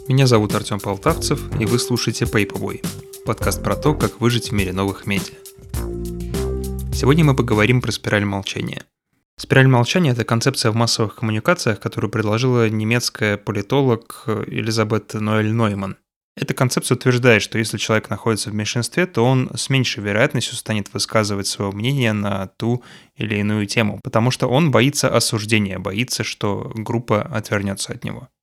Меня зовут Артем Полтавцев, и вы слушаете Paperboy, подкаст про то, как выжить в мире новых медиа. Сегодня мы поговорим про спираль молчания. Спираль молчания – это концепция в массовых коммуникациях, которую предложила немецкая политолог Элизабет Ноэль-Нойман. Эта концепция утверждает, что если человек находится в меньшинстве, то он с меньшей вероятностью станет высказывать свое мнение на ту или иную тему, потому что он боится осуждения, боится, что группа отвернется от него.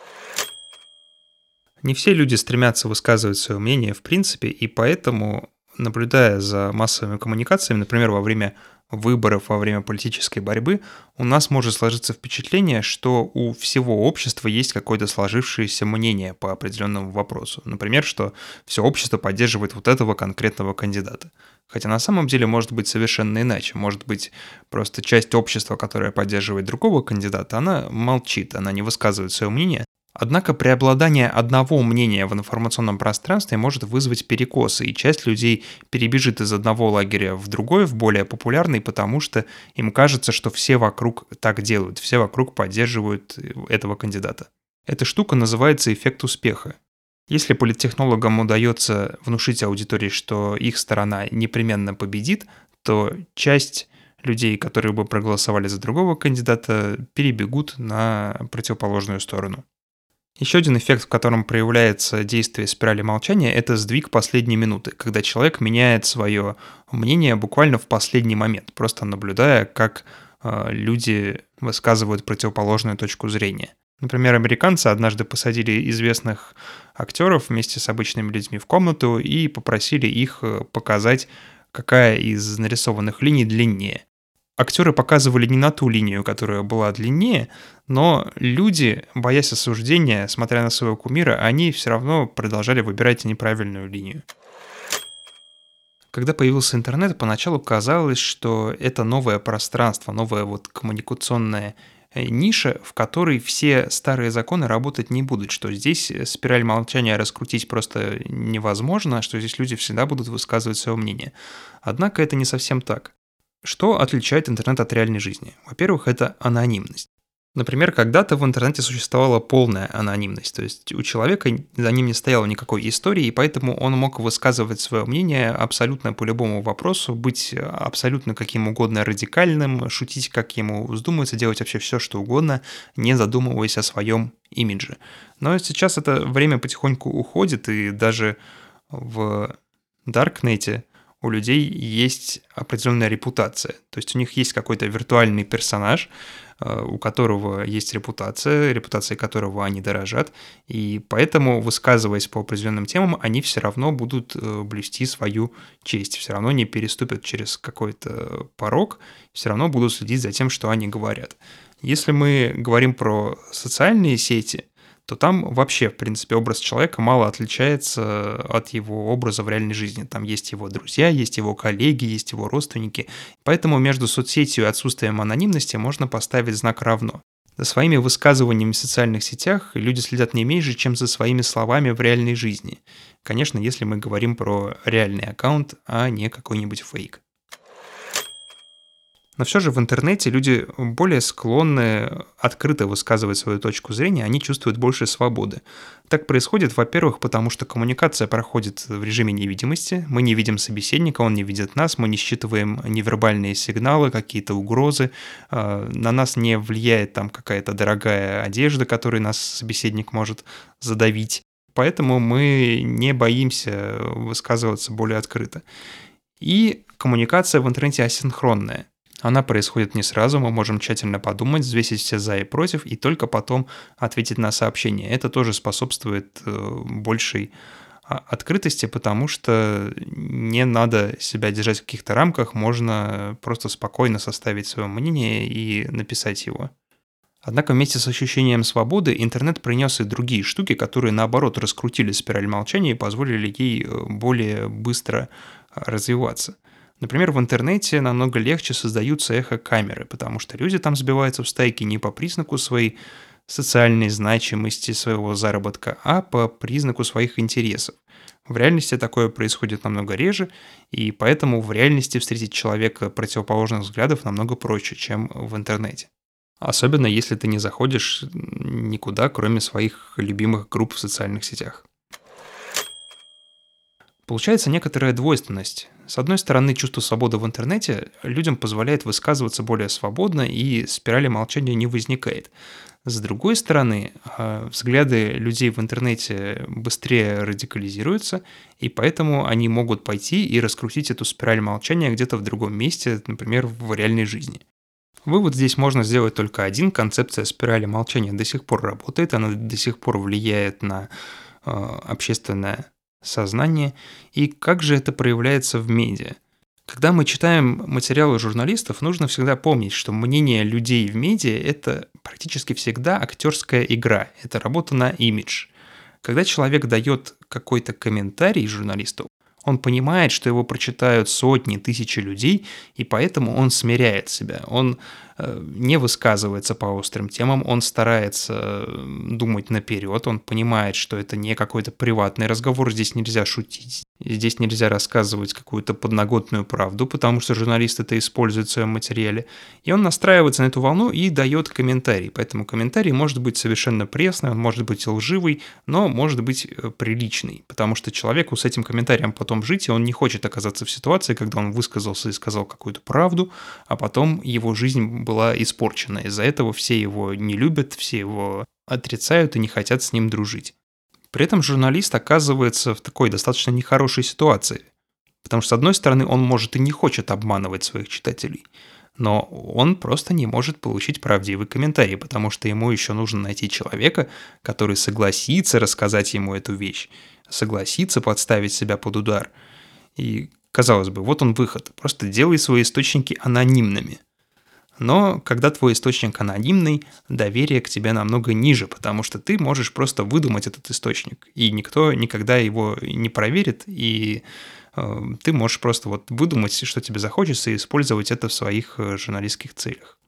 Не все люди стремятся высказывать свое мнение в принципе, и поэтому, наблюдая за массовыми коммуникациями, например, во время выборов, во время политической борьбы, у нас может сложиться впечатление, что у всего общества есть какое-то сложившееся мнение по определенному вопросу. Например, что все общество поддерживает вот этого конкретного кандидата. Хотя на самом деле может быть совершенно иначе. Может быть, просто часть общества, которая поддерживает другого кандидата, она молчит, она не высказывает свое мнение. Однако преобладание одного мнения в информационном пространстве может вызвать перекосы, и часть людей перебежит из одного лагеря в другой, в более популярный, потому что им кажется, что все вокруг так делают, все вокруг поддерживают этого кандидата. Эта штука называется эффект успеха. Если политтехнологам удается внушить аудитории, что их сторона непременно победит, то часть людей, которые бы проголосовали за другого кандидата, перебегут на противоположную сторону. Еще один эффект, в котором проявляется действие спирали молчания, это сдвиг последней минуты, когда человек меняет свое мнение буквально в последний момент, просто наблюдая, как люди высказывают противоположную точку зрения. Например, американцы однажды посадили известных актеров вместе с обычными людьми в комнату и попросили их показать, какая из нарисованных линий длиннее. Актеры показывали не на ту линию, которая была длиннее, но люди, боясь осуждения, смотря на своего кумира, они все равно продолжали выбирать неправильную линию. Когда появился интернет, поначалу казалось, что это новое пространство, новая коммуникационная ниша, в которой все старые законы работать не будут, что здесь спираль молчания раскрутить просто невозможно, что здесь люди всегда будут высказывать свое мнение. Однако это не совсем так. Что отличает интернет от реальной жизни? Во-первых, это анонимность. Например, когда-то в интернете существовала полная анонимность, то есть у человека за ним не стояло никакой истории, и поэтому он мог высказывать свое мнение абсолютно по любому вопросу, быть абсолютно каким угодно радикальным, шутить как ему вздумается, делать вообще все, что угодно, не задумываясь о своем имидже. Но сейчас это время потихоньку уходит, и даже в Даркнете у людей есть определенная репутация. То есть у них есть какой-то виртуальный персонаж, у которого есть репутацией которого они дорожат, и поэтому, высказываясь по определенным темам, они все равно будут блюсти свою честь, все равно не переступят через какой-то порог, все равно будут следить за тем, что они говорят. Если мы говорим про социальные сети, то там вообще, в принципе, образ человека мало отличается от его образа в реальной жизни. Там есть его друзья, есть его коллеги, есть его родственники. Поэтому между соцсетью и отсутствием анонимности можно поставить знак «равно». За своими высказываниями в социальных сетях люди следят не меньше, чем за своими словами в реальной жизни. Конечно, если мы говорим про реальный аккаунт, а не какой-нибудь фейк. Но все же в интернете люди более склонны открыто высказывать свою точку зрения, они чувствуют больше свободы. Так происходит, во-первых, потому что коммуникация проходит в режиме невидимости, мы не видим собеседника, он не видит нас, мы не считываем невербальные сигналы, какие-то угрозы, на нас не влияет там какая-то дорогая одежда, которой нас собеседник может задавить, поэтому мы не боимся высказываться более открыто. И коммуникация в интернете асинхронная. Она происходит не сразу, мы можем тщательно подумать, взвесить все за и против, и только потом ответить на сообщение. Это тоже способствует большей открытости, потому что не надо себя держать в каких-то рамках, можно просто спокойно составить свое мнение и написать его. Однако вместе с ощущением свободы интернет принес и другие штуки, которые наоборот раскрутили спираль молчания и позволили ей более быстро развиваться. Например, в интернете намного легче создаются эхо-камеры, потому что люди там сбиваются в стайки не по признаку своей социальной значимости, своего заработка, а по признаку своих интересов. В реальности такое происходит намного реже, и поэтому в реальности встретить человека противоположных взглядов намного проще, чем в интернете. Особенно если ты не заходишь никуда, кроме своих любимых групп в социальных сетях. Получается некоторая двойственность. С одной стороны, чувство свободы в интернете людям позволяет высказываться более свободно, и спирали молчания не возникает. С другой стороны, взгляды людей в интернете быстрее радикализируются, и поэтому они могут пойти и раскрутить эту спираль молчания где-то в другом месте, например, в реальной жизни. Вывод здесь можно сделать только один. Концепция спирали молчания до сих пор работает, она до сих пор влияет на общественное сознание. И как же это проявляется в медиа? Когда мы читаем материалы журналистов, нужно всегда помнить, что мнение людей в медиа – это практически всегда актерская игра, это работа на имидж. Когда человек дает какой-то комментарий журналисту, он понимает, что его прочитают сотни, тысячи людей, и поэтому он смиряет себя. Он не высказывается по острым темам, он старается думать наперед, он понимает, что это не какой-то приватный разговор, здесь нельзя шутить, здесь нельзя рассказывать какую-то подноготную правду, потому что журналист это использует в своем материале. И он настраивается на эту волну и дает комментарий. Поэтому комментарий может быть совершенно пресный, он может быть лживый, но может быть приличный, потому что человеку с этим комментарием потом жить, и он не хочет оказаться в ситуации, когда он высказался и сказал какую-то правду, а потом его жизнь была испорчена. Из-за этого все его не любят, все его отрицают и не хотят с ним дружить. При этом журналист оказывается в такой достаточно нехорошей ситуации, потому что, с одной стороны, он может и не хочет обманывать своих читателей, но он просто не может получить правдивый комментарий, потому что ему еще нужно найти человека, который согласится рассказать ему эту вещь, согласится подставить себя под удар. И, казалось бы, вот он выход, просто делай свои источники анонимными. Но когда твой источник анонимный, доверие к тебе намного ниже, потому что ты можешь просто выдумать этот источник, и никто никогда его не проверит, и ты можешь просто вот выдумать, что тебе захочется, и использовать это в своих журналистских целях.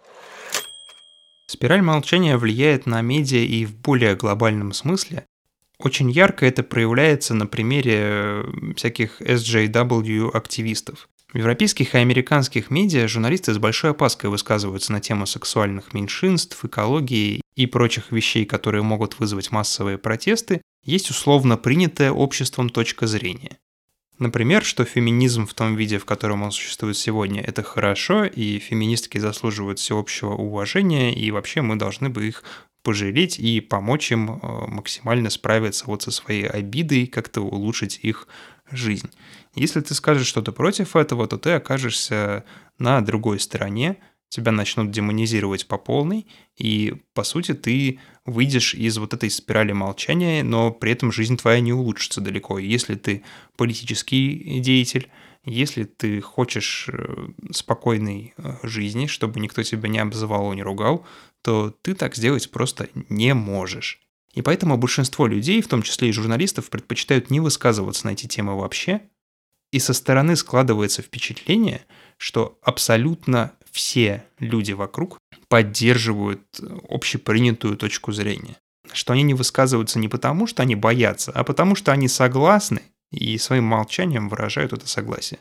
Спираль молчания влияет на медиа и в более глобальном смысле. Очень ярко это проявляется на примере всяких SJW-активистов. В европейских и американских медиа журналисты с большой опаской высказываются на тему сексуальных меньшинств, экологии и прочих вещей, которые могут вызвать массовые протесты. Есть условно принятая обществом точка зрения. Например, что феминизм в том виде, в котором он существует сегодня, это хорошо, и феминистки заслуживают всеобщего уважения, и вообще мы должны бы их пожалеть и помочь им максимально справиться вот со своей обидой, как-то улучшить их жизнь. Если ты скажешь что-то против этого, то ты окажешься на другой стороне, тебя начнут демонизировать по полной, и, по сути, ты выйдешь из вот этой спирали молчания, но при этом жизнь твоя не улучшится далеко. Если ты политический деятель, если ты хочешь спокойной жизни, чтобы никто тебя не обзывал и не ругал, то ты так сделать просто не можешь. И поэтому большинство людей, в том числе и журналистов, предпочитают не высказываться на эти темы вообще, и со стороны складывается впечатление, что абсолютно все люди вокруг поддерживают общепринятую точку зрения. Что они не высказываются не потому, что они боятся, а потому, что они согласны и своим молчанием выражают это согласие.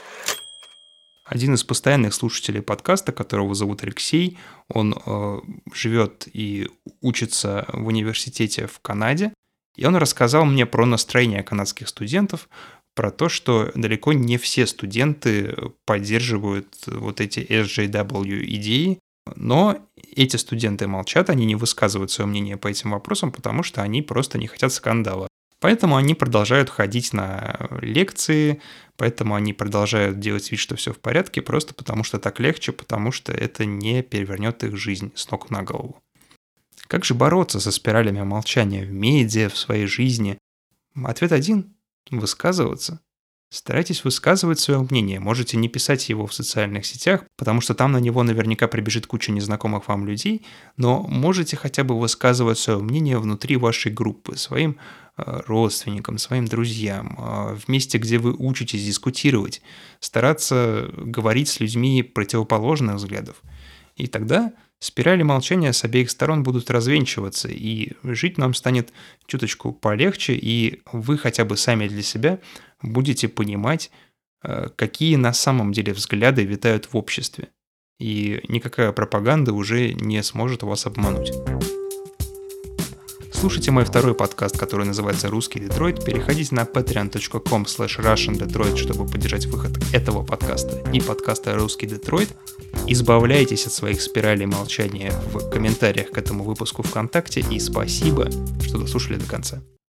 Один из постоянных слушателей подкаста, которого зовут Алексей, он живет и учится в университете в Канаде, и он рассказал мне про настроение канадских студентов, про то, что далеко не все студенты поддерживают вот эти SJW идеи, но эти студенты молчат, они не высказывают свое мнение по этим вопросам, потому что они просто не хотят скандала. Поэтому они продолжают ходить на лекции, поэтому они продолжают делать вид, что все в порядке, просто потому что так легче, потому что это не перевернет их жизнь с ног на голову. Как же бороться со спиралями молчания в медиа, в своей жизни? Ответ один – высказываться. Старайтесь высказывать свое мнение, можете не писать его в социальных сетях, потому что там на него наверняка прибежит куча незнакомых вам людей, но можете хотя бы высказывать свое мнение внутри вашей группы, своим родственникам, своим друзьям, в месте, где вы учитесь дискутировать, стараться говорить с людьми противоположных взглядов. И тогда спирали молчания с обеих сторон будут развенчиваться, и жить нам станет чуточку полегче, и вы хотя бы сами для себя будете понимать, какие на самом деле взгляды витают в обществе. и никакая пропаганда уже не сможет вас обмануть. Слушайте мой второй подкаст, который называется «Русский Детройт». Переходите на patreon.com/RussianDetroit, чтобы поддержать выход этого подкаста и подкаста «Русский Детройт». Избавляйтесь от своих спиралей молчания в комментариях к этому выпуску ВКонтакте. И спасибо, что дослушали до конца.